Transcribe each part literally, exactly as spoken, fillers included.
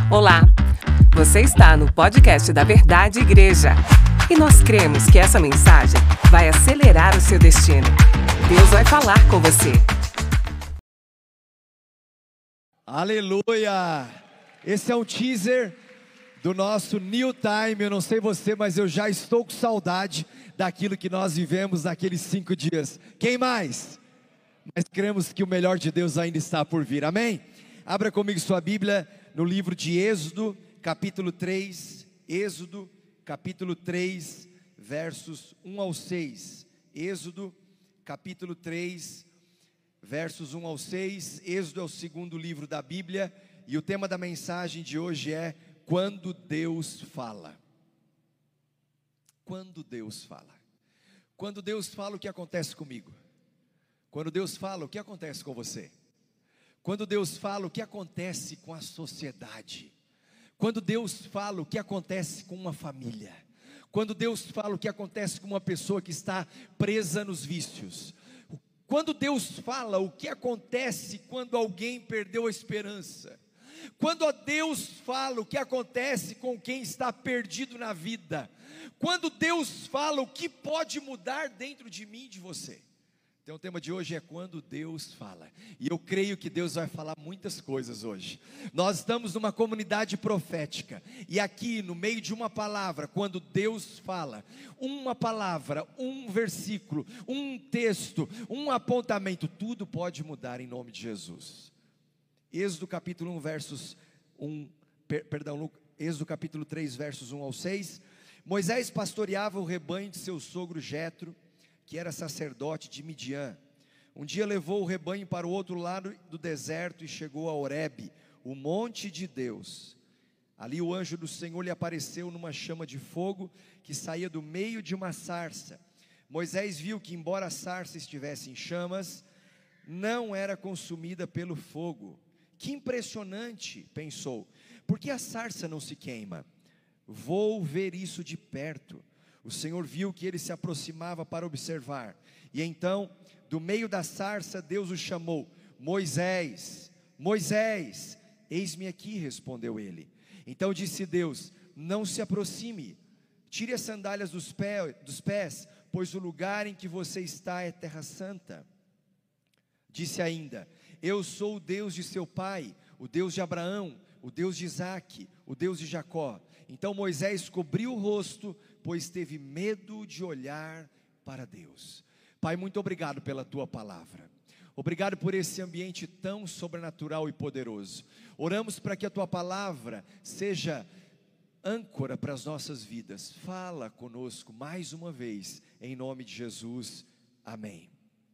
Olá, você está no podcast da Verdade Igreja e nós cremos que essa mensagem vai acelerar o seu destino. Deus vai falar com você. Aleluia! Esse é um teaser do nosso New Time. Eu não sei você, mas eu já estou com saudade daquilo que nós vivemos naqueles cinco dias. Quem mais? Mas cremos que o melhor de Deus ainda está por vir, amém? Abra comigo sua Bíblia no livro de Êxodo, capítulo três, Êxodo, capítulo três, versos um ao seis, Êxodo, capítulo três, versos um ao seis, Êxodo é o segundo livro da Bíblia, e o tema da mensagem de hoje é, quando Deus fala. Quando Deus fala. Quando Deus fala, o que acontece comigo? Quando Deus fala, o que acontece com você? Quando Deus fala, o que acontece com a sociedade? Quando Deus fala, o que acontece com uma família? Quando Deus fala, o que acontece com uma pessoa que está presa nos vícios? Quando Deus fala, o que acontece quando alguém perdeu a esperança? Quando Deus fala, o que acontece com quem está perdido na vida? Quando Deus fala, o que pode mudar dentro de mim e de você? Então o tema de hoje é quando Deus fala, e eu creio que Deus vai falar muitas coisas hoje. Nós estamos numa comunidade profética, e aqui no meio de uma palavra, quando Deus fala, uma palavra, um versículo, um texto, um apontamento, tudo pode mudar em nome de Jesus. Êxodo capítulo um, versos um, per, perdão, Êxodo capítulo três, versos um ao seis, Moisés pastoreava o rebanho de seu sogro Jetro, que era sacerdote de Midian. Um dia levou o rebanho para o outro lado do deserto e chegou a Horebe, o monte de Deus. Ali o anjo do Senhor lhe apareceu numa chama de fogo que saía do meio de uma sarça. Moisés viu que, embora a sarça estivesse em chamas, não era consumida pelo fogo. Que impressionante, pensou, por que a sarça não se queima? Vou ver isso de perto. O Senhor viu que ele se aproximava para observar, e então, do meio da sarça, Deus o chamou, Moisés, Moisés, eis-me aqui, respondeu ele. Então disse Deus, não se aproxime, tire as sandálias dos, pé, dos pés, pois o lugar em que você está é terra santa. Disse ainda, eu sou o Deus de seu pai, o Deus de Abraão, o Deus de Isaque, o Deus de Jacó. Então Moisés cobriu o rosto, pois teve medo de olhar para Deus. Pai, muito obrigado pela tua palavra. Obrigado por esse ambiente tão sobrenatural e poderoso. Oramos para que a tua palavra seja âncora para as nossas vidas. Fala conosco mais uma vez, em nome de Jesus. Amém.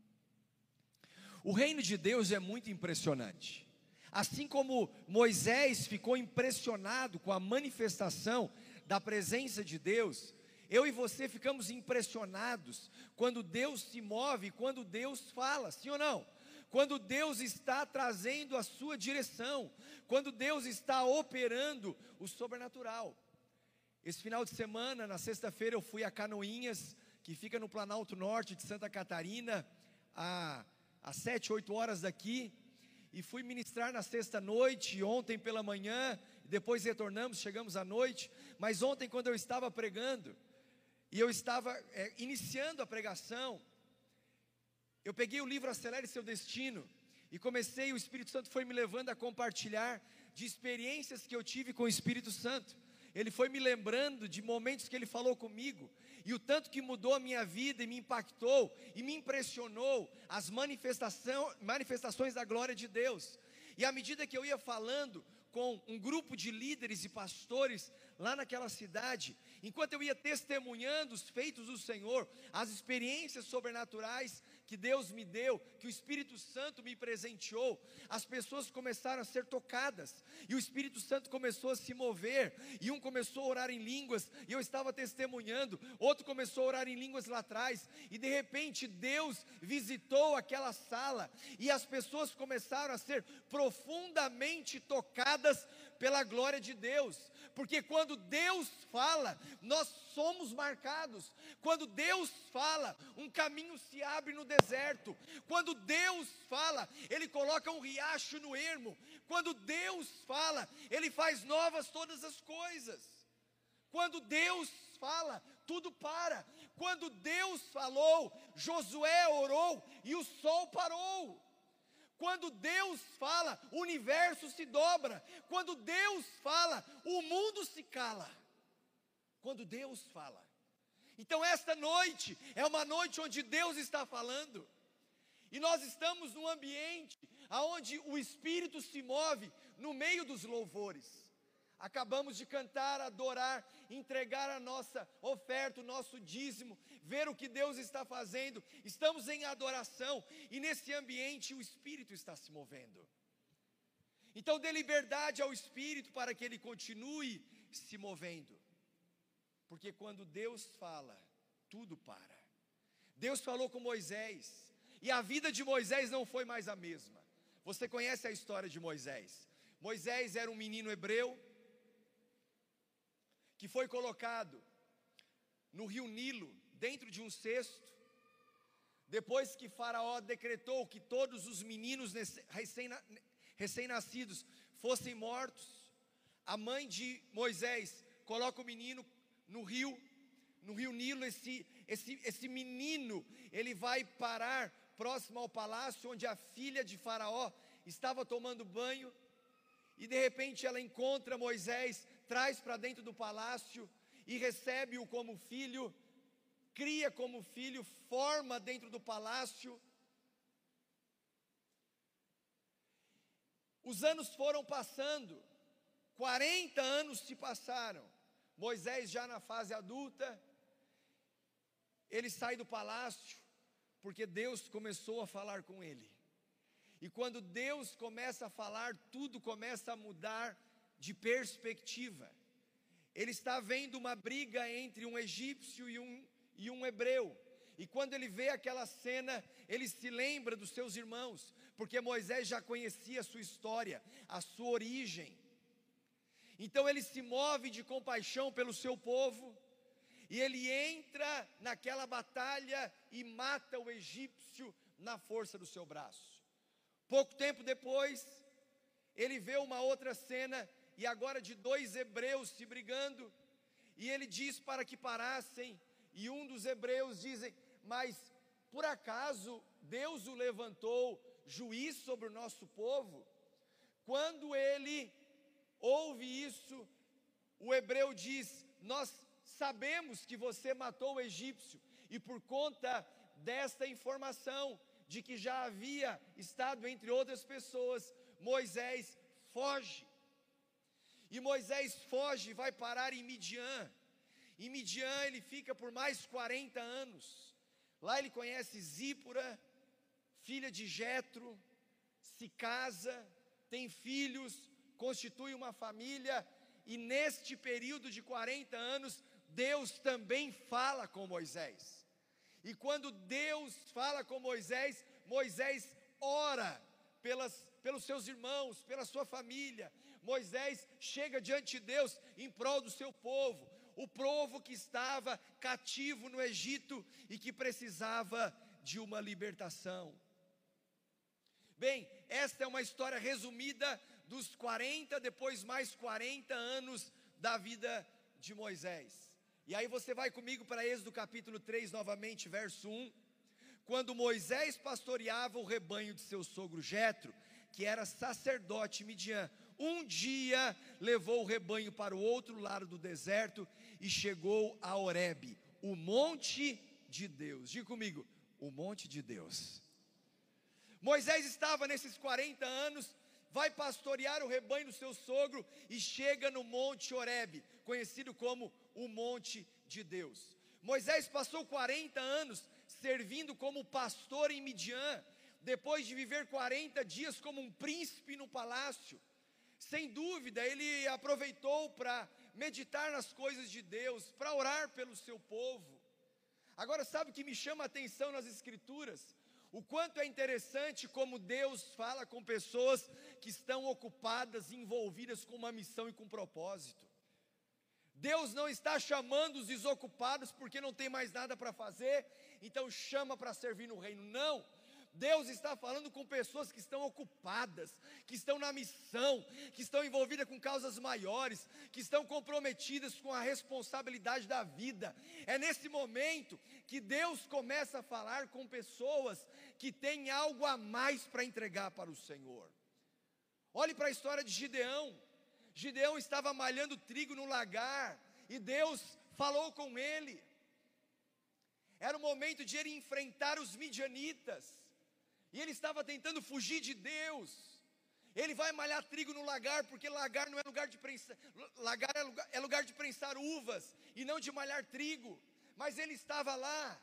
O reino de Deus é muito impressionante. Assim como Moisés ficou impressionado com a manifestação da presença de Deus, eu e você ficamos impressionados quando Deus se move, quando Deus fala, sim ou não? Quando Deus está trazendo a sua direção, quando Deus está operando o sobrenatural. Esse final de semana, na sexta-feira, eu fui a Canoinhas, que fica no Planalto Norte de Santa Catarina, a, a sete, oito horas daqui, e fui ministrar na sexta noite, ontem pela manhã, depois retornamos, chegamos à noite, mas ontem quando eu estava pregando, e eu estava é, iniciando a pregação, eu peguei o livro Acelere Seu Destino, e comecei, o Espírito Santo foi me levando a compartilhar de experiências que eu tive com o Espírito Santo. Ele foi me lembrando de momentos que ele falou comigo, e o tanto que mudou a minha vida, e me impactou, e me impressionou, as manifestação, manifestações da glória de Deus. E à medida que eu ia falando com um grupo de líderes e pastores lá naquela cidade, enquanto eu ia testemunhando os feitos do Senhor, as experiências sobrenaturais que Deus me deu, que o Espírito Santo me presenteou, as pessoas começaram a ser tocadas, e o Espírito Santo começou a se mover, e um começou a orar em línguas, e eu estava testemunhando, outro começou a orar em línguas lá atrás, e de repente Deus visitou aquela sala, e as pessoas começaram a ser profundamente tocadas pela glória de Deus, porque quando Deus fala, nós somos marcados. Quando Deus fala, um caminho se abre no deserto. Quando Deus fala, Ele coloca um riacho no ermo, Quando Deus fala, Ele faz novas todas as coisas. Quando Deus fala, tudo para. Quando Deus falou, Josué orou e o sol parou. Quando Deus fala, o universo se dobra. Quando Deus fala, o mundo se cala. Quando Deus fala. Então esta noite é uma noite onde Deus está falando. E nós estamos num ambiente onde o Espírito se move no meio dos louvores. Acabamos de cantar, adorar, entregar a nossa oferta, o nosso dízimo, ver o que Deus está fazendo. Estamos em adoração e nesse ambiente o Espírito está se movendo. Então dê liberdade ao Espírito para que ele continue se movendo. Porque quando Deus fala, tudo para. Deus falou com Moisés e a vida de Moisés não foi mais a mesma. Você conhece a história de Moisés? Moisés era um menino hebreu que foi colocado no rio Nilo, dentro de um cesto, depois que Faraó decretou que todos os meninos recém-nascidos fossem mortos. A mãe de Moisés coloca o menino no rio, no rio Nilo. Esse, esse, esse menino, ele vai parar próximo ao palácio, onde a filha de Faraó estava tomando banho, e de repente ela encontra Moisés, traz para dentro do palácio e recebe-o como filho, cria como filho, forma dentro do palácio. Os anos foram passando, quarenta anos se passaram. Moisés já na fase adulta, ele sai do palácio, porque Deus começou a falar com ele. E quando Deus começa a falar, tudo começa a mudar de perspectiva. Ele está vendo uma briga entre um egípcio e um, e um hebreu. E quando ele vê aquela cena, ele se lembra dos seus irmãos, porque Moisés já conhecia a sua história, a sua origem. Então ele se move de compaixão pelo seu povo, e ele entra naquela batalha e mata o egípcio na força do seu braço. Pouco tempo depois, ele vê uma outra cena, e agora de dois hebreus se brigando, e ele diz para que parassem, e um dos hebreus dizem: mas por acaso Deus o levantou juiz sobre o nosso povo? Quando ele ouve isso, o hebreu diz: nós sabemos que você matou o egípcio, e por conta desta informação, de que já havia estado entre outras pessoas, Moisés foge. E Moisés foge e vai parar em Midian. Em Midian ele fica por mais quarenta anos. Lá ele conhece Zípora, filha de Jetro, se casa, tem filhos, constitui uma família. E neste período de quarenta anos, Deus também fala com Moisés. E quando Deus fala com Moisés, Moisés ora pelas, pelos seus irmãos, pela sua família. Moisés chega diante de Deus em prol do seu povo, o povo que estava cativo no Egito e que precisava de uma libertação. Bem, esta é uma história resumida dos quarenta, depois mais quarenta anos da vida de Moisés. E aí você vai comigo para Êxodo capítulo três novamente, verso um. Quando Moisés pastoreava o rebanho de seu sogro Jetro, que era sacerdote em Midian, um dia levou o rebanho para o outro lado do deserto e chegou a Horebe, o monte de Deus. Diga comigo, o monte de Deus. Moisés estava nesses quarenta anos, vai pastorear o rebanho do seu sogro e chega no monte Horebe, conhecido como o monte de Deus. Moisés passou quarenta anos servindo como pastor em Midian, depois de viver quarenta dias como um príncipe no palácio. Sem dúvida, ele aproveitou para meditar nas coisas de Deus, para orar pelo seu povo. Agora, sabe o que me chama a atenção nas escrituras? O quanto é interessante como Deus fala com pessoas que estão ocupadas, envolvidas com uma missão e com um propósito. Deus não está chamando os desocupados porque não tem mais nada para fazer, então chama para servir no reino. Não, Deus está falando com pessoas que estão ocupadas, que estão na missão, que estão envolvidas com causas maiores, que estão comprometidas com a responsabilidade da vida. É nesse momento que Deus começa a falar com pessoas que têm algo a mais para entregar para o Senhor. Olhe para a história de Gideão. Gideão estava malhando trigo no lagar, e Deus falou com ele. Era o momento de ele enfrentar os midianitas, e ele estava tentando fugir de Deus. Ele vai malhar trigo no lagar, porque lagar não é lugar de prensar, lagar é lugar, é lugar de prensar uvas, e não de malhar trigo. Mas ele estava lá,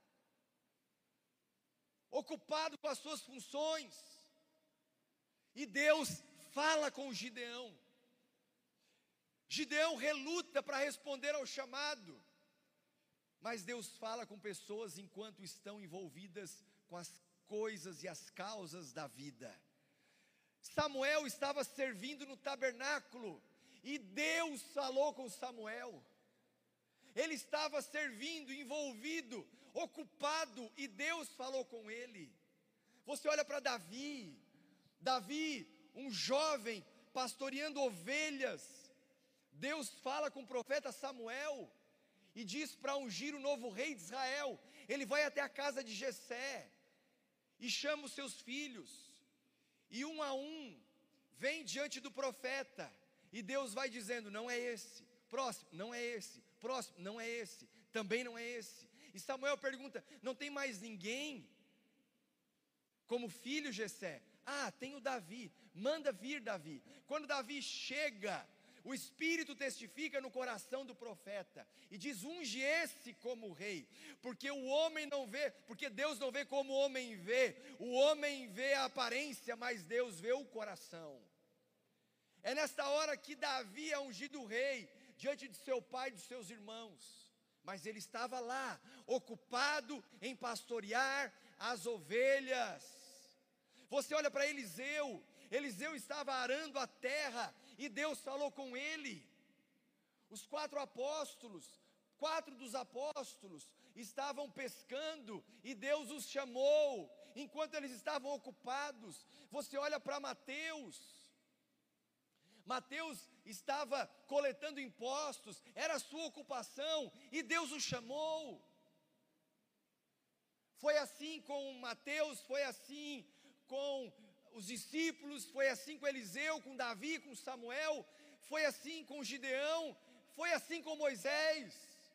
ocupado com as suas funções, e Deus fala com Gideão. Gideão reluta para responder ao chamado, mas Deus fala com pessoas enquanto estão envolvidas com as coisas e as causas da vida. Samuel estava servindo no tabernáculo, e Deus falou com Samuel. Ele estava servindo, envolvido, ocupado, e Deus falou com ele. Você olha para Davi, Davi, um jovem, pastoreando ovelhas. Deus fala com o profeta Samuel, e diz para ungir o novo rei de Israel. Ele vai até a casa de Jessé, e chama os seus filhos, e um a um, vem diante do profeta, e Deus vai dizendo: não é esse, próximo, não é esse, próximo, não é esse, também não é esse. E Samuel pergunta: não tem mais ninguém como filho, Jessé? Ah, tem o Davi, manda vir Davi. Quando Davi chega, o Espírito testifica no coração do profeta, e diz: unge esse como rei, porque o homem não vê, porque Deus não vê como o homem vê, o homem vê a aparência, mas Deus vê o coração. É nesta hora que Davi é ungido rei, diante de seu pai e dos seus irmãos, mas ele estava lá, ocupado em pastorear as ovelhas. Você olha para Eliseu, Eliseu estava arando a terra, e Deus falou com ele. Os quatro apóstolos, quatro dos apóstolos, estavam pescando, e Deus os chamou, enquanto eles estavam ocupados. Você olha para Mateus, Mateus estava coletando impostos, era a sua ocupação, e Deus o chamou. Foi assim com Mateus, foi assim com os discípulos, foi assim com Eliseu, com Davi, com Samuel, foi assim com Gideão, foi assim com Moisés.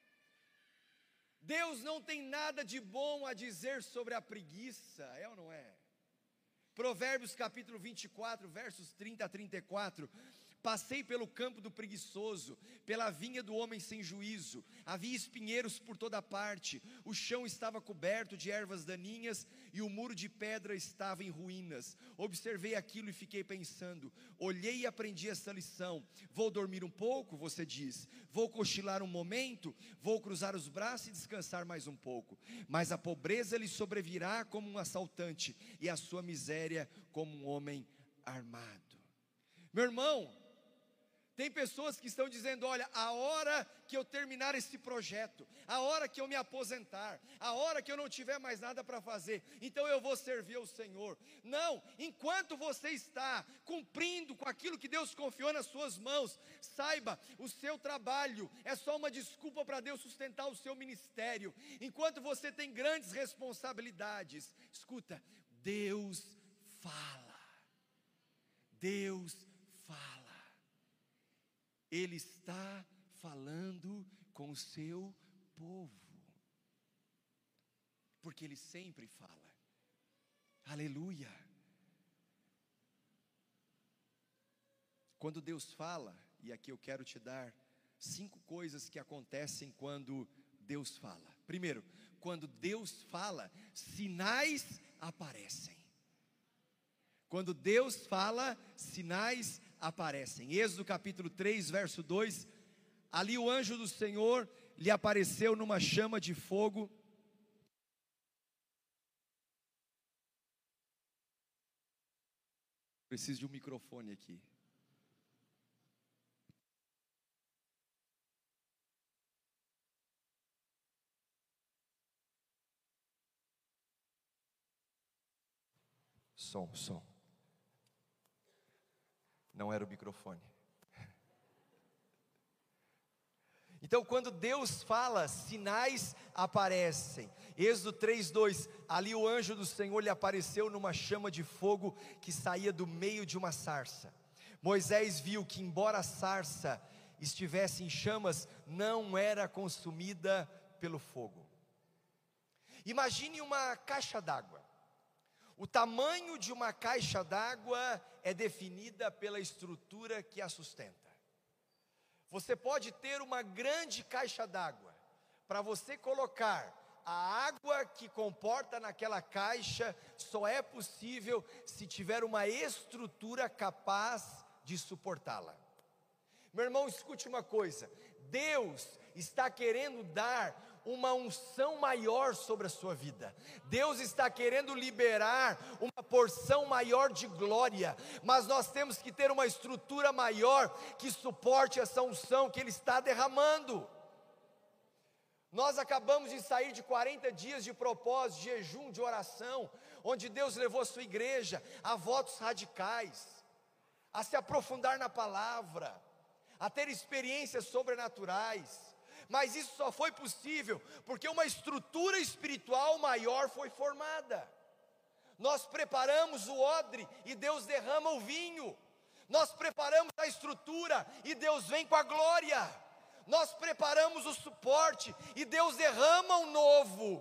Deus não tem nada de bom a dizer sobre a preguiça, é ou não é? Provérbios capítulo vinte e quatro, versos trinta a trinta e quatro. Passei pelo campo do preguiçoso, pela vinha do homem sem juízo. Havia espinheiros por toda parte, o chão estava coberto de ervas daninhas, e o muro de pedra estava em ruínas. Observei aquilo e fiquei pensando, olhei e aprendi essa lição. Vou dormir um pouco, você diz, vou cochilar um momento, vou cruzar os braços e descansar mais um pouco. Mas a pobreza lhe sobrevirá como um assaltante, e a sua miséria como um homem armado. Meu irmão, tem pessoas que estão dizendo: olha, a hora que eu terminar esse projeto, a hora que eu me aposentar, a hora que eu não tiver mais nada para fazer, então eu vou servir ao Senhor. Não, enquanto você está cumprindo com aquilo que Deus confiou nas suas mãos, saiba, o seu trabalho é só uma desculpa para Deus sustentar o seu ministério. Enquanto você tem grandes responsabilidades, escuta, Deus fala, Deus fala. Ele está falando com o seu povo, porque Ele sempre fala. Aleluia. Quando Deus fala, e aqui eu quero te dar cinco coisas que acontecem quando Deus fala. Primeiro, quando Deus fala, sinais aparecem. Quando Deus fala, sinais aparecem. Êxodo capítulo três, verso dois. Ali o anjo do Senhor lhe apareceu numa chama de fogo. Preciso de um microfone aqui. Som, som. Não era o microfone. Então, quando Deus fala, sinais aparecem. Êxodo três, dois, ali o anjo do Senhor lhe apareceu numa chama de fogo que saía do meio de uma sarça. Moisés viu que, embora a sarça estivesse em chamas, não era consumida pelo fogo. Imagine uma caixa d'água. O tamanho de uma caixa d'água é definida pela estrutura que a sustenta. Você pode ter uma grande caixa d'água. Para você colocar a água que comporta naquela caixa, só é possível se tiver uma estrutura capaz de suportá-la. Meu irmão, escute uma coisa. Deus está querendo dar uma unção maior sobre a sua vida. Deus está querendo liberar uma porção maior de glória, mas nós temos que ter uma estrutura maior que suporte essa unção que Ele está derramando. Nós acabamos de sair de quarenta dias de propósito, de jejum, de oração, onde Deus levou a sua igreja a votos radicais, a se aprofundar na palavra, a ter experiências sobrenaturais. Mas isso só foi possível porque uma estrutura espiritual maior foi formada. Nós preparamos o odre e Deus derrama o vinho. Nós preparamos a estrutura e Deus vem com a glória. Nós preparamos o suporte e Deus derrama o novo.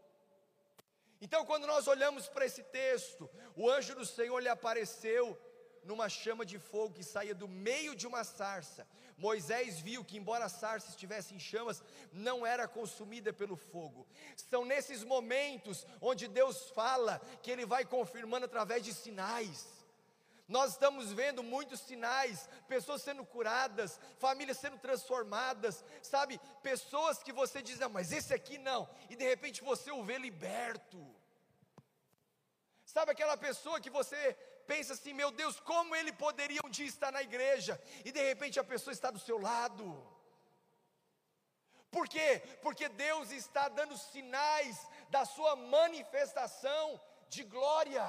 Então, quando nós olhamos para esse texto, o anjo do Senhor lhe apareceu numa chama de fogo que saía do meio de uma sarça. Moisés viu que, embora a sarça estivesse em chamas, não era consumida pelo fogo. São nesses momentos onde Deus fala que Ele vai confirmando através de sinais. Nós estamos vendo muitos sinais, pessoas sendo curadas, famílias sendo transformadas, sabe, pessoas que você diz, não, mas esse aqui não, e de repente você o vê liberto. Sabe aquela pessoa que você pensa assim, meu Deus, como ele poderia um dia estar na igreja, e de repente a pessoa está do seu lado. Por quê? Porque Deus está dando sinais da sua manifestação de glória.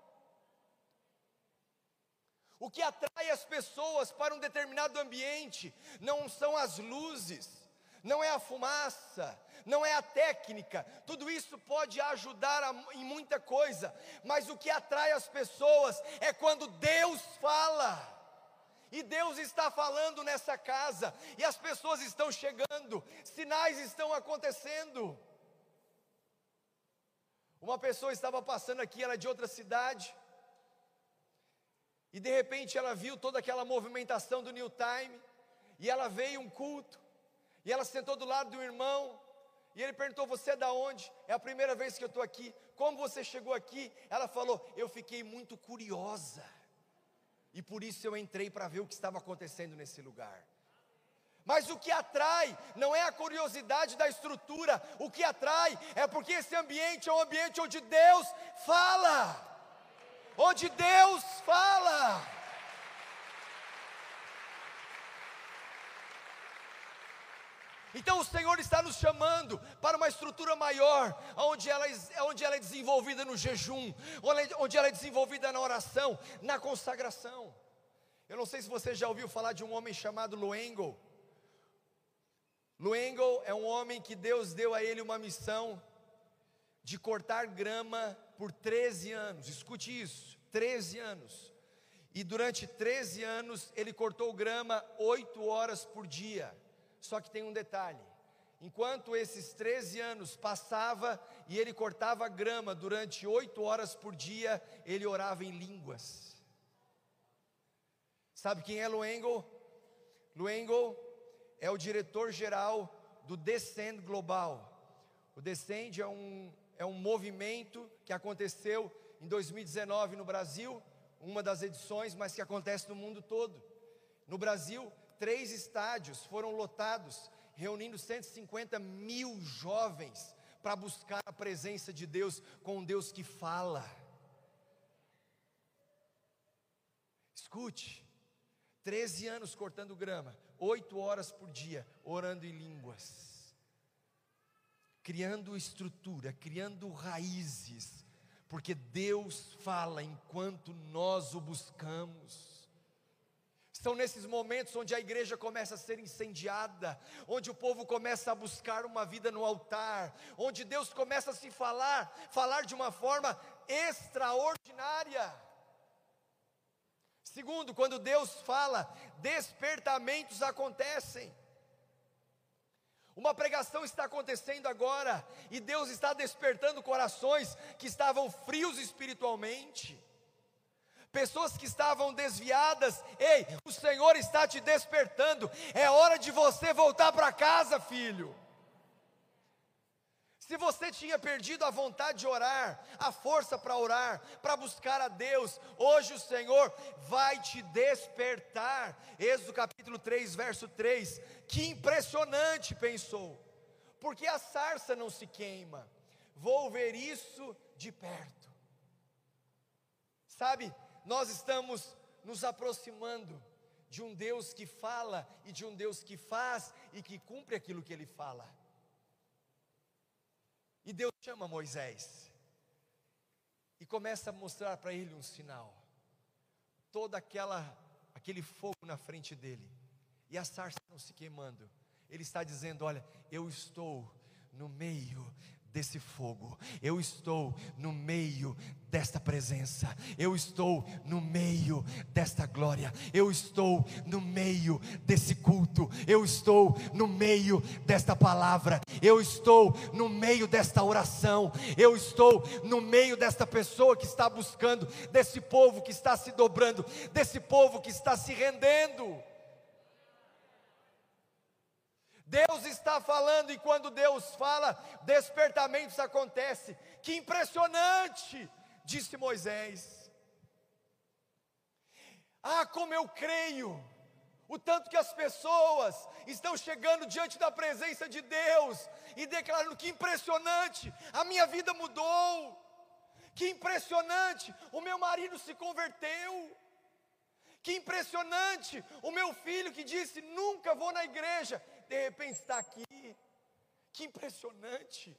O que atrai as pessoas para um determinado ambiente não são as luzes, não é a fumaça, não é a técnica. Tudo isso pode ajudar a, em muita coisa, mas o que atrai as pessoas é quando Deus fala. E Deus está falando nessa casa, e as pessoas estão chegando, sinais estão acontecendo. Uma pessoa estava passando aqui, ela é de outra cidade, e de repente ela viu toda aquela movimentação do New Time, e ela veio um culto, e ela sentou do lado do irmão, e ele perguntou, você é da onde? É a primeira vez que eu estou aqui. Como você chegou aqui? Ela falou, eu fiquei muito curiosa, e por isso eu entrei para ver o que estava acontecendo nesse lugar. Mas o que atrai não é a curiosidade da estrutura, o que atrai é porque esse ambiente é um ambiente onde Deus fala. Onde Deus fala. Então o Senhor está nos chamando para uma estrutura maior, onde ela, onde ela é desenvolvida no jejum, onde ela é desenvolvida na oração, na consagração. Eu não sei se você já ouviu falar de um homem chamado Lou Engle. Lou Engle é um homem que Deus deu a ele uma missão de cortar grama por treze anos, escute isso, treze anos, e durante treze anos ele cortou grama oito horas por dia. Só que tem um detalhe, enquanto esses treze anos passava e ele cortava grama durante oito horas por dia, ele orava em línguas. Sabe quem é Lou Engle? Lou Engle é o diretor-geral do Descend Global. O Descend é um É um movimento que aconteceu em dois mil e dezenove no Brasil, uma das edições, mas que acontece no mundo todo. No Brasil, três estádios foram lotados, reunindo cento e cinquenta mil jovens para buscar a presença de Deus, com um Deus que fala. Escute, treze anos cortando grama, oito horas por dia, orando em línguas, criando estrutura, criando raízes, porque Deus fala enquanto nós o buscamos. São nesses momentos onde a igreja começa a ser incendiada, onde o povo começa a buscar uma vida no altar, onde Deus começa a se falar, falar de uma forma extraordinária. Segundo, quando Deus fala, despertamentos acontecem. Uma pregação está acontecendo agora, e Deus está despertando corações que estavam frios espiritualmente. Pessoas que estavam desviadas, ei, o Senhor está te despertando, é hora de você voltar para casa, filho. Se você tinha perdido a vontade de orar, a força para orar, para buscar a Deus, hoje o Senhor vai te despertar. Êxodo capítulo três, verso três, que impressionante, pensou, porque a sarça não se queima, vou ver isso de perto. Sabe, nós estamos nos aproximando de um Deus que fala e de um Deus que faz e que cumpre aquilo que Ele fala. E Deus chama Moisés e começa a mostrar para ele um sinal. Toda aquela, aquele fogo na frente dele e a sarça não se queimando. Ele está dizendo, olha, eu estou no meio desse fogo, eu estou no meio desta presença, eu estou no meio desta glória, eu estou no meio desse culto, eu estou no meio desta palavra, eu estou no meio desta oração, eu estou no meio desta pessoa que está buscando, desse povo que está se dobrando, desse povo que está se rendendo. Deus está falando, e quando Deus fala, despertamentos acontecem. Que impressionante, disse Moisés. Ah, como eu creio, o tanto que as pessoas estão chegando diante da presença de Deus, e declarando, que impressionante, a minha vida mudou, que impressionante, o meu marido se converteu, que impressionante, o meu filho que disse, nunca vou na igreja, de repente está aqui. Que impressionante.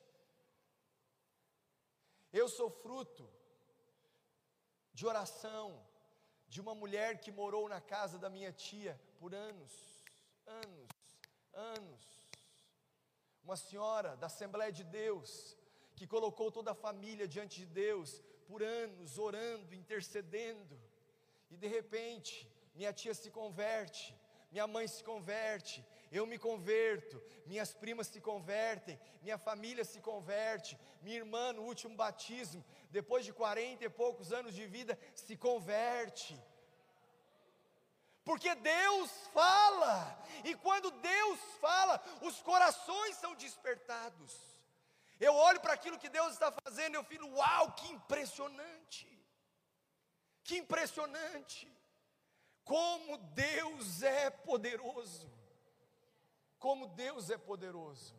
Eu sou fruto de oração de uma mulher que morou na casa da minha tia por anos, anos, anos. Uma senhora da Assembleia de Deus, que colocou toda a família diante de Deus por anos, orando, intercedendo. E de repente, minha tia se converte, minha mãe se converte, eu me converto, minhas primas se convertem, minha família se converte, minha irmã no último batismo, depois de quarenta e poucos anos de vida, se converte. Porque Deus fala, e quando Deus fala, os corações são despertados. Eu olho para aquilo que Deus está fazendo, eu fico, uau, que impressionante, que impressionante, como Deus é poderoso, como Deus é poderoso.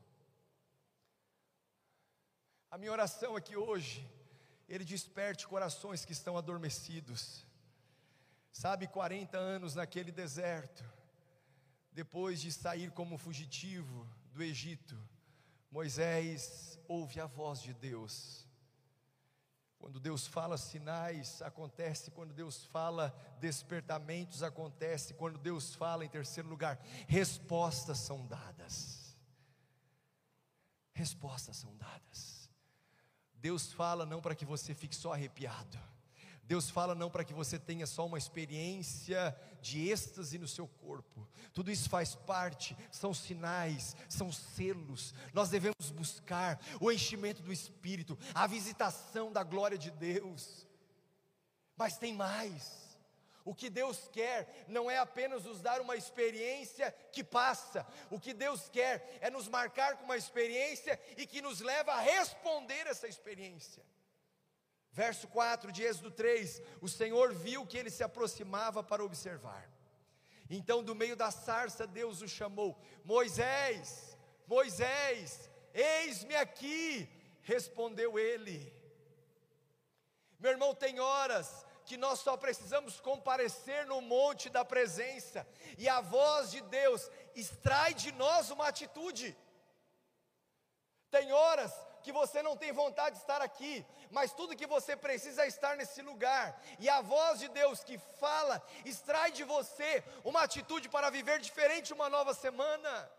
A minha oração aqui hoje, Ele desperte corações que estão adormecidos. Sabe, quarenta anos naquele deserto, depois de sair como fugitivo do Egito, Moisés ouve a voz de Deus. Quando Deus fala, sinais acontecem. Quando Deus fala, despertamentos acontecem. Quando Deus fala, em terceiro lugar, respostas são dadas. Respostas são dadas. Deus fala não para que você fique só arrepiado. Deus fala não para que você tenha só uma experiência de êxtase no seu corpo. Tudo isso faz parte, são sinais, são selos. Nós devemos buscar o enchimento do Espírito, a visitação da glória de Deus. Mas tem mais. O que Deus quer não é apenas nos dar uma experiência que passa. O que Deus quer é nos marcar com uma experiência e que nos leva a responder essa experiência. Verso quatro de Êxodo três, o Senhor viu que ele se aproximava para observar. Então do meio da sarça Deus o chamou, Moisés, Moisés, eis-me aqui, respondeu ele. Meu irmão, tem horas que nós só precisamos comparecer no monte da presença, e a voz de Deus extrai de nós uma atitude. Tem horas que você não tem vontade de estar aqui, mas tudo que você precisa é estar nesse lugar, e a voz de Deus que fala, extrai de você uma atitude para viver diferente uma nova semana.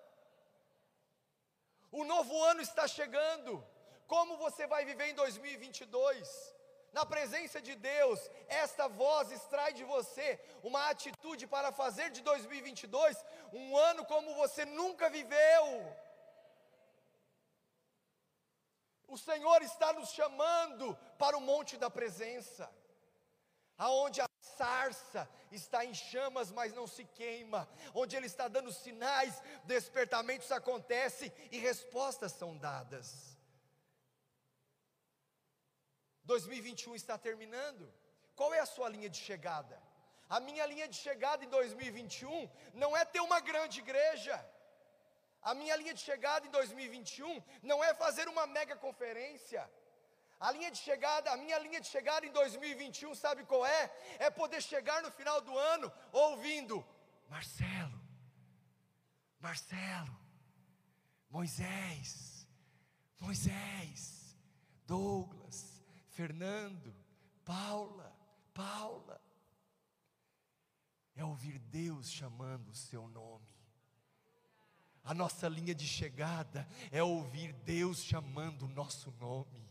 O novo ano está chegando. Como você vai viver em dois mil e vinte e dois? Na presença de Deus, esta voz extrai de você uma atitude para fazer de dois mil e vinte e dois um ano como você nunca viveu. O Senhor está nos chamando para o monte da presença, aonde a sarça está em chamas, mas não se queima, onde Ele está dando sinais, despertamentos acontecem e respostas são dadas. dois mil e vinte e um está terminando. Qual é a sua linha de chegada? A minha linha de chegada em dois mil e vinte e um não é ter uma grande igreja. A minha linha de chegada em dois mil e vinte e um não é fazer uma mega conferência. A linha de chegada, a minha linha de chegada em dois mil e vinte e um, sabe qual é? É poder chegar no final do ano ouvindo: Marcelo, Marcelo, Moisés, Moisés, Douglas, Fernando, Paula, Paula. É ouvir Deus chamando o seu nome. A nossa linha de chegada é ouvir Deus chamando o nosso nome.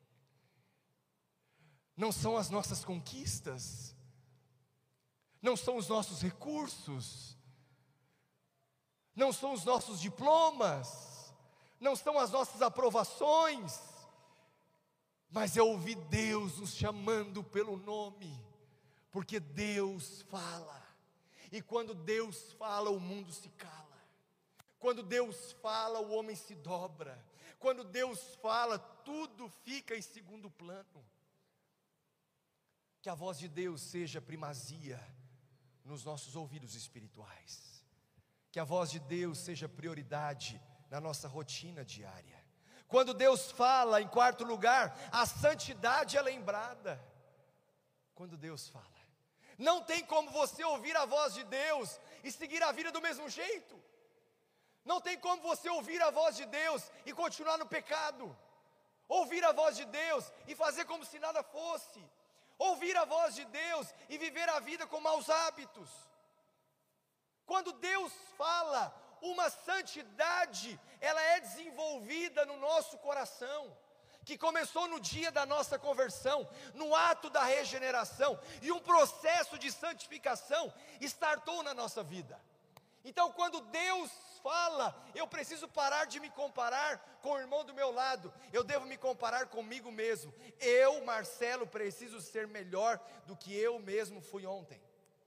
Não são as nossas conquistas, não são os nossos recursos, não são os nossos diplomas, não são as nossas aprovações, mas é ouvir Deus nos chamando pelo nome, porque Deus fala, e quando Deus fala, o mundo se cala. Quando Deus fala, o homem se dobra. Quando Deus fala, tudo fica em segundo plano. Que a voz de Deus seja primazia nos nossos ouvidos espirituais. Que a voz de Deus seja prioridade na nossa rotina diária. Quando Deus fala, em quarto lugar, a santidade é lembrada. Quando Deus fala, não tem como você ouvir a voz de Deus e seguir a vida do mesmo jeito. Não tem como você ouvir a voz de Deus e continuar no pecado. Ouvir a voz de Deus e fazer como se nada fosse. Ouvir a voz de Deus e viver a vida com maus hábitos. Quando Deus fala, uma santidade, ela é desenvolvida no nosso coração, que começou no dia da nossa conversão, no ato da regeneração, e um processo de santificação startou na nossa vida. Então, quando Deus fala, eu preciso parar de me comparar com o irmão do meu lado, eu devo me comparar comigo mesmo. Eu, Marcelo, preciso ser melhor do que eu mesmo fui ontem.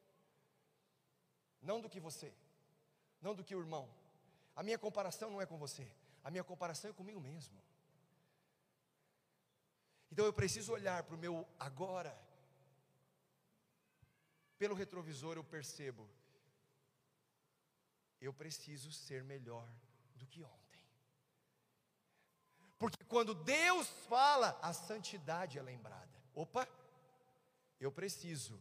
Não do que você, não do que o irmão. A minha comparação não é com você, a minha comparação é comigo mesmo. Então eu preciso olhar para o meu agora. Pelo retrovisor eu percebo, eu preciso ser melhor do que ontem. Porque quando Deus fala, a santidade é lembrada. Opa, eu preciso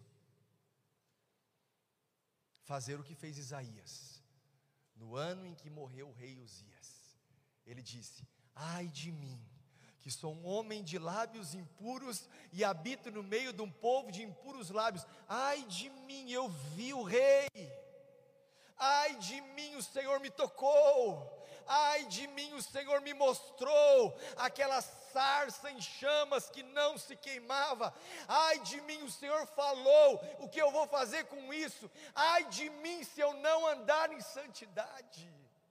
fazer o que fez Isaías. No ano em que morreu o rei Uzias, ele disse: ai de mim, que sou um homem de lábios impuros e habito no meio de um povo de impuros lábios. Ai de mim, eu vi o rei. Ai de mim, o Senhor me tocou. Ai de mim, o Senhor me mostrou aquela sarça em chamas que não se queimava. Ai de mim, o Senhor falou o que eu vou fazer com isso. Ai de mim, se eu não andar em santidade.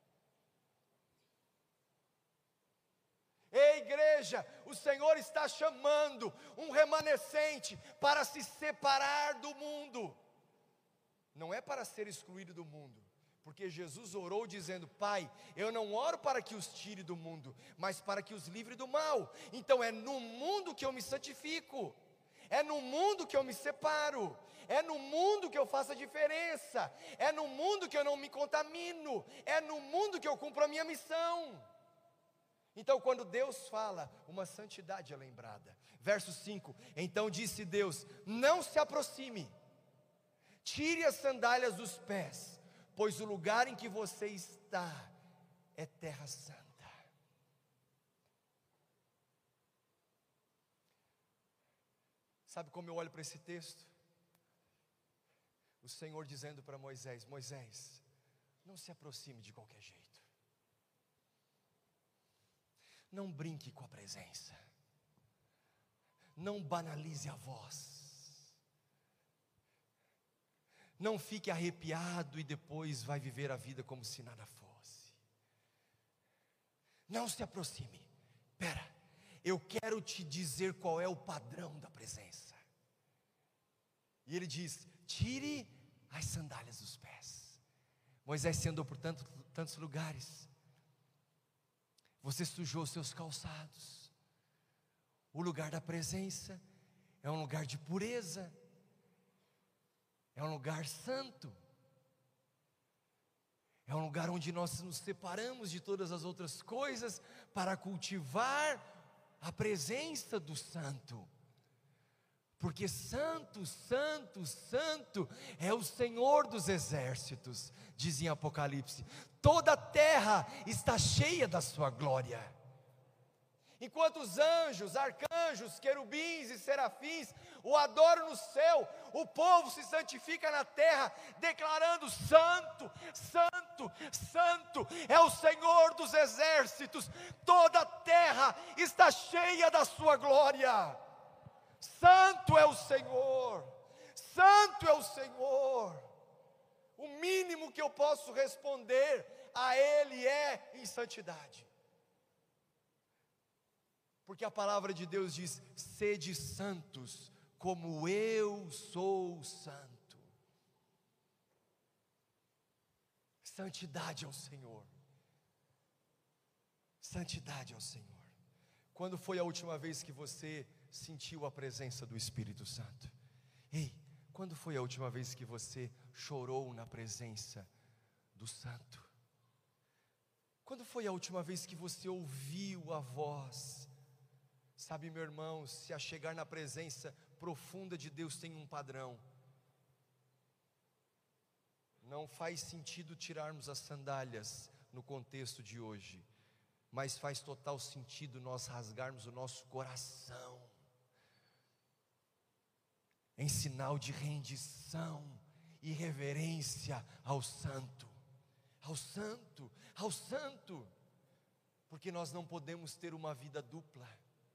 Ei, igreja, o Senhor está chamando um remanescente para se separar do mundo. Não é para ser excluído do mundo, porque Jesus orou dizendo: Pai, eu não oro para que os tire do mundo, mas para que os livre do mal. Então é no mundo que eu me santifico, é no mundo que eu me separo, é no mundo que eu faço a diferença, é no mundo que eu não me contamino, é no mundo que eu cumpro a minha missão. Então quando Deus fala, uma santidade é lembrada. Verso cinco, então disse Deus: não se aproxime, tire as sandálias dos pés, pois o lugar em que você está é terra santa. Sabe como eu olho para esse texto? O Senhor dizendo para Moisés: Moisés, não se aproxime de qualquer jeito. Não brinque com a presença. Não banalize a voz. Não fique arrepiado e depois vai viver a vida como se nada fosse. Não se aproxime. Espera, eu quero te dizer qual é o padrão da presença. E ele diz: tire as sandálias dos pés. Moisés, você andou por tanto, tantos lugares. Você sujou seus calçados. O lugar da presença é um lugar de pureza. É um lugar santo. É um lugar onde nós nos separamos de todas as outras coisas para cultivar a presença do santo. Porque santo, santo, santo é o Senhor dos exércitos, diz em Apocalipse. Toda a terra está cheia da sua glória. Enquanto os anjos, arcanjos, querubins e serafins o adoram no céu, o povo se santifica na terra, declarando: santo, santo, santo é o Senhor dos exércitos. Toda a terra está cheia da sua glória. Santo é o Senhor, santo é o Senhor. O mínimo que eu posso responder a Ele é em santidade. Porque a palavra de Deus diz: sede santos, como eu sou santo. Santidade ao Senhor. Santidade ao Senhor. Quando foi a última vez que você sentiu a presença do Espírito Santo? Ei, quando foi a última vez que você chorou na presença do Santo? Quando foi a última vez que você ouviu a voz? Sabe, meu irmão, se a chegar na presença profunda de Deus tem um padrão. Não faz sentido tirarmos as sandálias no contexto de hoje, mas faz total sentido nós rasgarmos o nosso coração em sinal de rendição e reverência ao santo, ao santo, ao santo, porque nós não podemos ter uma vida dupla.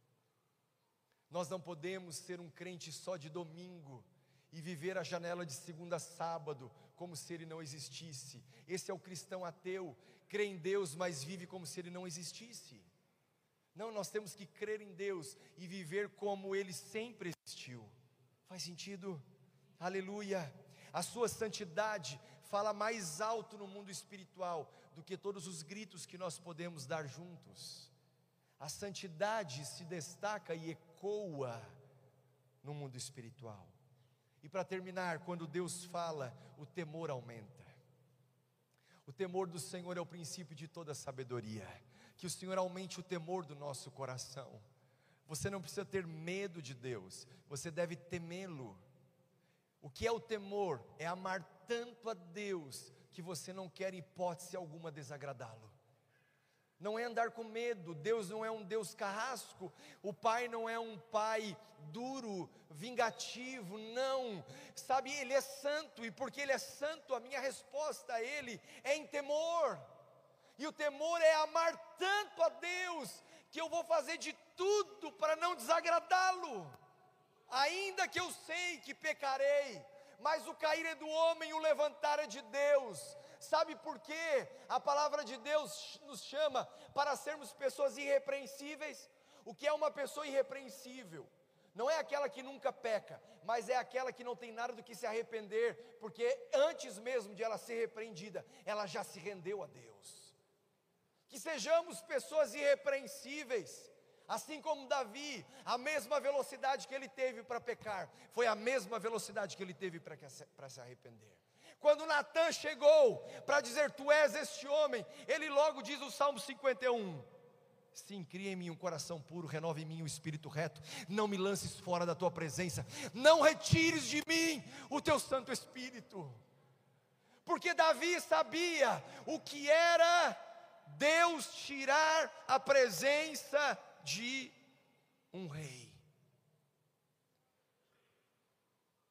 Nós não podemos ser um crente só de domingo e viver a janela de segunda a sábado como se ele não existisse. Esse é o cristão ateu, crê em Deus, mas vive como se ele não existisse. Não, nós temos que crer em Deus e viver como Ele sempre existiu. Faz sentido? Aleluia! A sua santidade fala mais alto no mundo espiritual do que todos os gritos que nós podemos dar juntos. A santidade se destaca e ecoa no mundo espiritual. E para terminar, quando Deus fala, o temor aumenta. O temor do Senhor é o princípio de toda sabedoria. Que o Senhor aumente o temor do nosso coração. Você não precisa ter medo de Deus, você deve temê-lo. O que é o temor? É amar tanto a Deus que você não quer em hipótese alguma desagradá-lo. Não é andar com medo. Deus não é um Deus carrasco. O Pai não é um Pai duro, vingativo, não. Sabe, Ele é santo, e porque Ele é santo, a minha resposta a Ele é em temor. E o temor é amar tanto a Deus, que eu vou fazer de tudo para não desagradá-lo. Ainda que eu sei que pecarei, mas o cair é do homem, o levantar é de Deus. Sabe por quê? A palavra de Deus nos chama para sermos pessoas irrepreensíveis. O que é uma pessoa irrepreensível? Não é aquela que nunca peca, mas é aquela que não tem nada do que se arrepender, porque antes mesmo de ela ser repreendida, ela já se rendeu a Deus. Que sejamos pessoas irrepreensíveis. Assim como Davi, a mesma velocidade que ele teve para pecar, foi a mesma velocidade que ele teve para se arrepender. Quando Natã chegou para dizer: tu és este homem, ele logo diz o Salmo cinquenta e um: sim, cria em mim um coração puro, renova em mim um espírito reto, não me lances fora da tua presença, não retires de mim o teu Santo Espírito. Porque Davi sabia o que era Deus tirar a presença de um rei.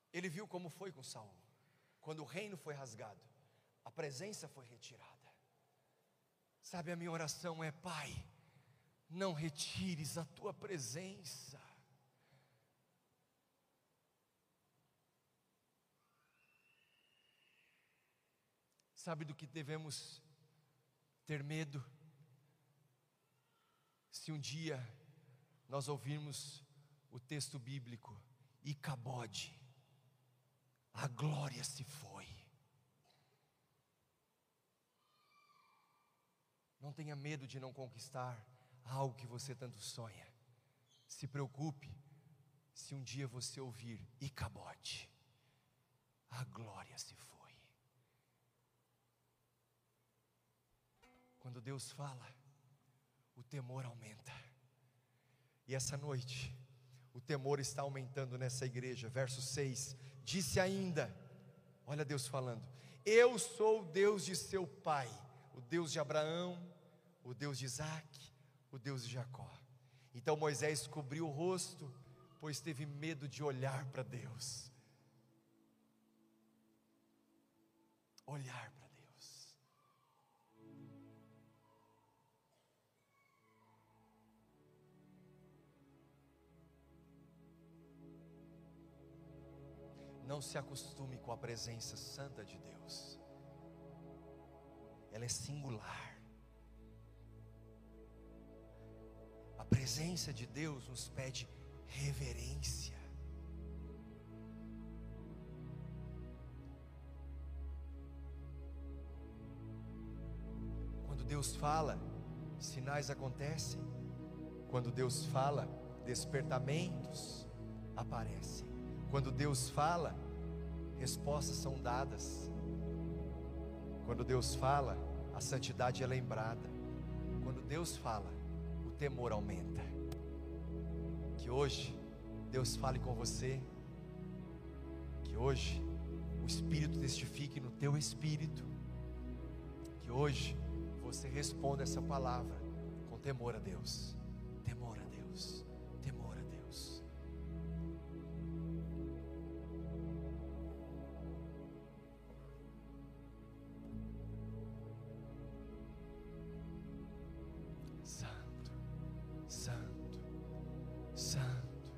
Ele viu como foi com Saul. Quando o reino foi rasgado, a presença foi retirada. Sabe, a minha oração é: Pai, não retires a tua presença. Sabe do que devemos ter medo? Se um dia nós ouvirmos o texto bíblico: Icabode, a glória se foi. Não tenha medo de não conquistar algo que você tanto sonha. Se preocupe se um dia você ouvir: Icabode, a glória se foi. Quando Deus fala, o temor aumenta. E essa noite, o temor está aumentando nessa igreja. Verso seis, disse ainda, olha Deus falando: eu sou o Deus de seu pai, o Deus de Abraão, o Deus de Isaque, o Deus de Jacó. Então Moisés cobriu o rosto, pois teve medo de olhar para Deus. Olhar para Deus. Não se acostume com a presença santa de Deus. Ela é singular. A presença de Deus nos pede reverência. Quando Deus fala, sinais acontecem. Quando Deus fala, despertamentos aparecem. Quando Deus fala, respostas são dadas. Quando Deus fala, a santidade é lembrada. Quando Deus fala, o temor aumenta. Que hoje Deus fale com você. Que hoje o Espírito testifique no teu espírito. Que hoje você responda essa palavra com temor a Deus. Temor a Deus. Temor a Deus. Santo, Santo, Santo,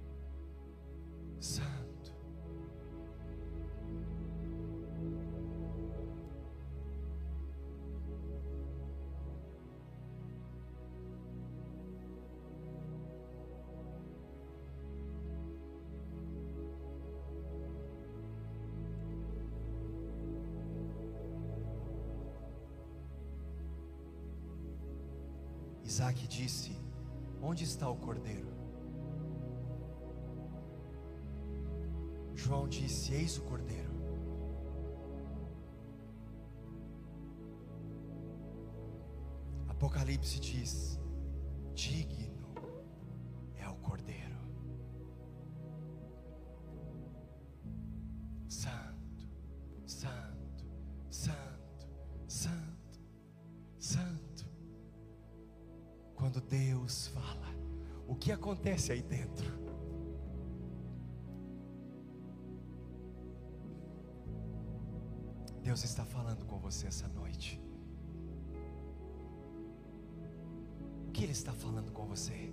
Santo. Isaque disse: onde está o cordeiro? João disse: eis o cordeiro. Apocalipse diz: digno é o cordeiro. Santo, santo, santo, santo, santo. Quando Deus fala, o que acontece aí dentro? Deus está falando com você essa noite. O que Ele está falando com você?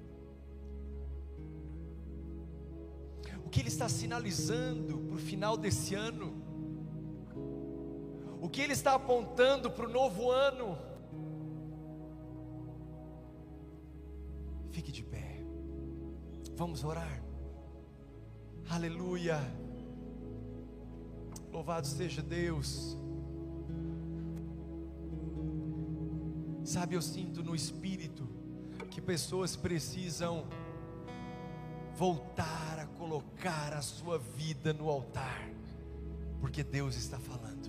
O que Ele está sinalizando para o final desse ano? O que Ele está apontando para o novo ano? Fique de pé. Vamos orar. Aleluia. Louvado seja Deus. Sabe, eu sinto no espírito que pessoas precisam voltar a colocar a sua vida no altar, porque Deus está falando.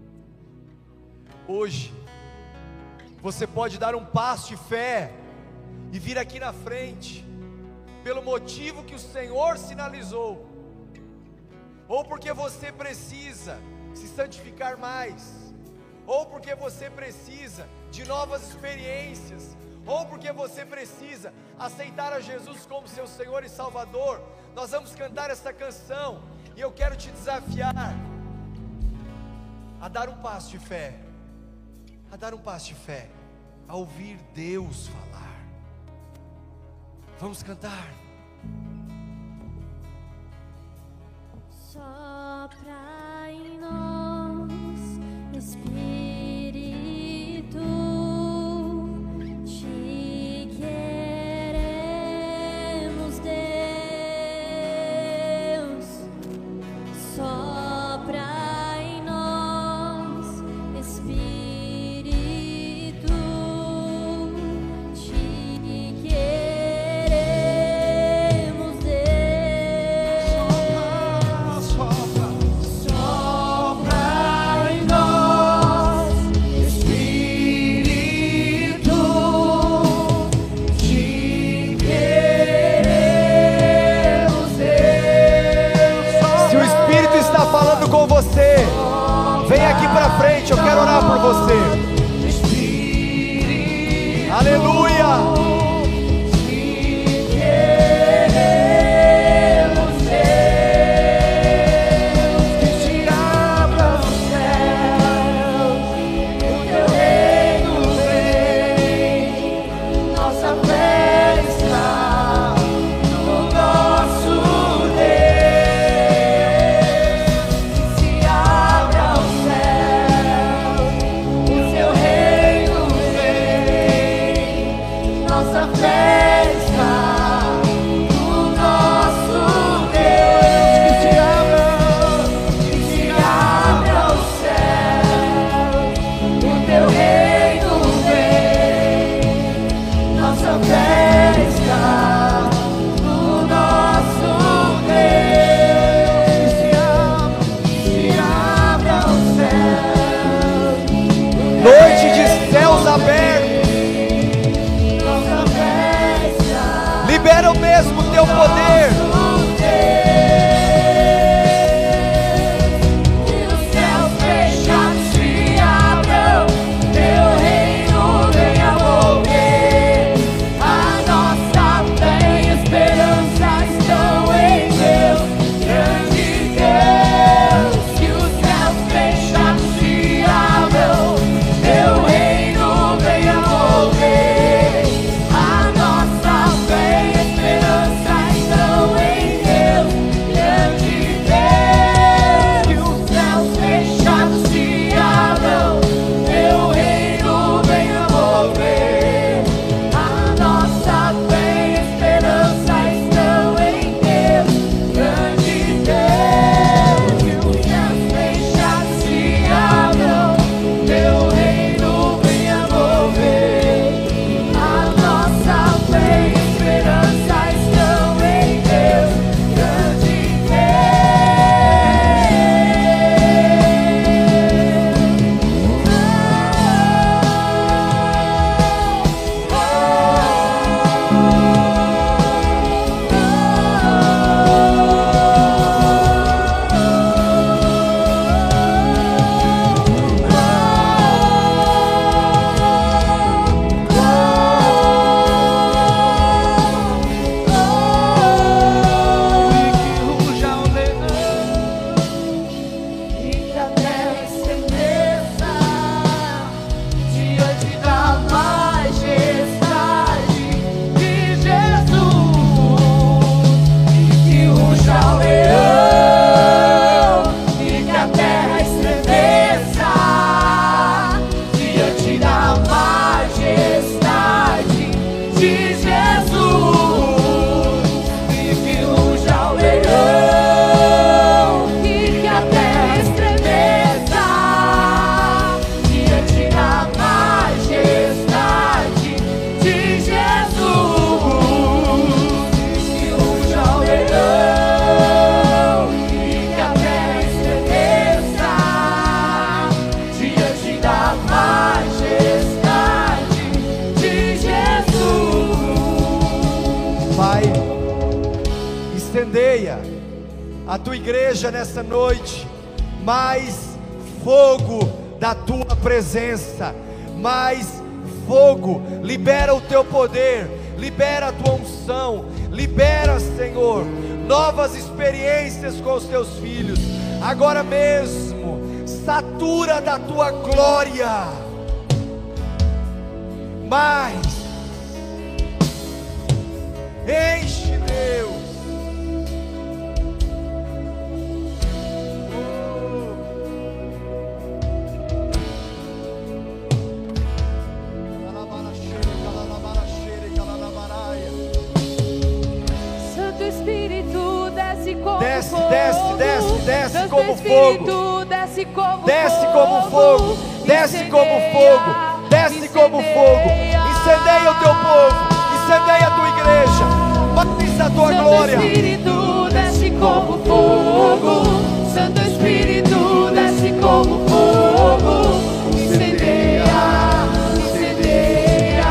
Hoje você pode dar um passo de fé e vir aqui na frente, pelo motivo que o Senhor sinalizou, ou porque você precisa se santificar mais, ou porque você precisa de novas experiências, ou porque você precisa aceitar a Jesus como seu Senhor e Salvador. Nós vamos cantar essa canção, E eu quero te desafiar a dar um passo de fé, a dar um passo de fé, a ouvir Deus falar. Vamos cantar. Sopra em nós, Espírito, te queremos, Deus. Sopra em nós, Espírito, te queremos, Deus. Sopra, Sopra em nós, Espírito, te queremos, Deus. se o Espírito está falando com você, vem aqui para frente, eu quero orar por você. Aleluia. Queremos, Deus, que te abra o céu, o teu reino vem, nossa fé está no nosso Deus. Que se abra o céu, o teu reino vem, nossa fé está no nosso Deus. Que se abra, que se abra o céu, o teu reino vem, nossa fé está no nosso Deus. Que se abra, que se abra o céu, Noite de céus abertos. nossa fé está Libera o mesmo teu poder. que os céus fechados se abram, teu reino venha mover. A nossa fé e esperança estão em Deus, grande Deus. Que os céus fechados se abram, teu reino venha mover. A nossa fé e esperança estão em Deus, grande Deus. Que os céus fechados se abram, teu reino venha mover. A nossa fé e esperança estão em Deus, grande Deus. Que os céus fechados se abram, teu reino venha mover. A nossa fé e esperança estão em Deus, grande E que a terra estremeça diante da majestade de Jesus. E que ruja o leão, e que a terra estremeça diante da majestade de Jesus. E que ruja o leão, e que a terra estremeça diante da majestade de Jesus. E que ruja o leão, e que a terra estremeça diante da majestade de Jesus. Pai, estendeia a tua igreja nessa noite, mais fogo da tua presença, mais fogo, libera o teu poder, libera a tua unção, libera, Senhor, novas experiências com os teus filhos. Agora mesmo, satura da tua glória. Mais, enche, Deus. Santo Espírito, desce como Desce, fogo. desce, desce, desce Santo como Espírito, fogo. desce como Desce fogo. como fogo, desce como fogo, desce como fogo. Incendeia o teu povo, incendeia a tua igreja, batiza a tua Santo glória. Espírito, desce como fogo. Santo Espírito, desce como fogo. Incendeia, incendeia.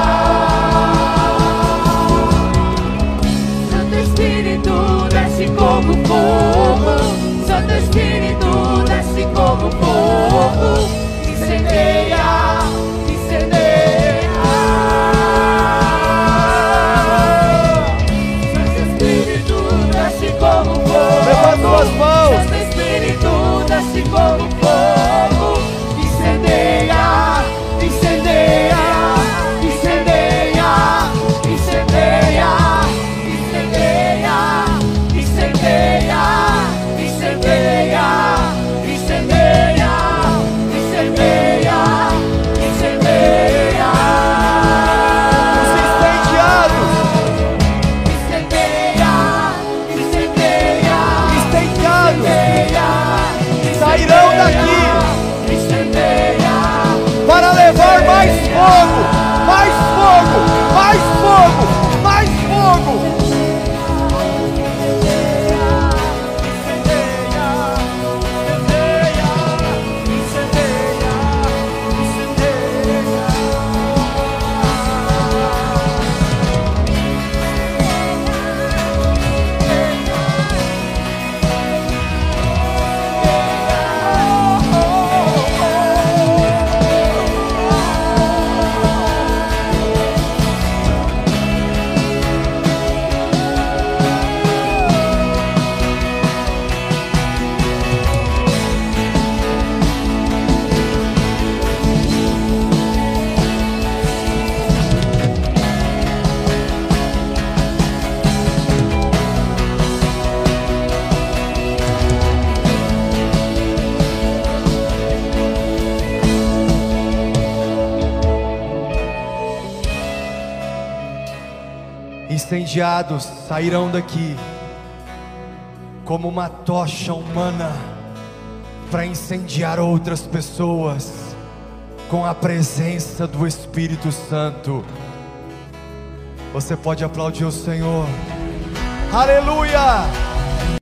Santo Espírito, desce como fogo. Santo Espírito, desce como fogo. Incendeia, incendeia. Santo Espírito, desce como fogo. Levanta tuas mãos. Santo Espírito, desce como fogo. Incendeia, incendeia, incendeia, incendeia, incendeia, incendeia, incendeia, incendeia, incendeia, incendeia. Os incendiados, Incendeia, incendeia, incendiados incendeia, sairão daqui incendeia, para levar mais fogo, mais fogo, mais fogo, mais fogo. Incendiados sairão daqui como uma tocha humana para incendiar outras pessoas com a presença do Espírito Santo. Você pode aplaudir o Senhor. Aleluia!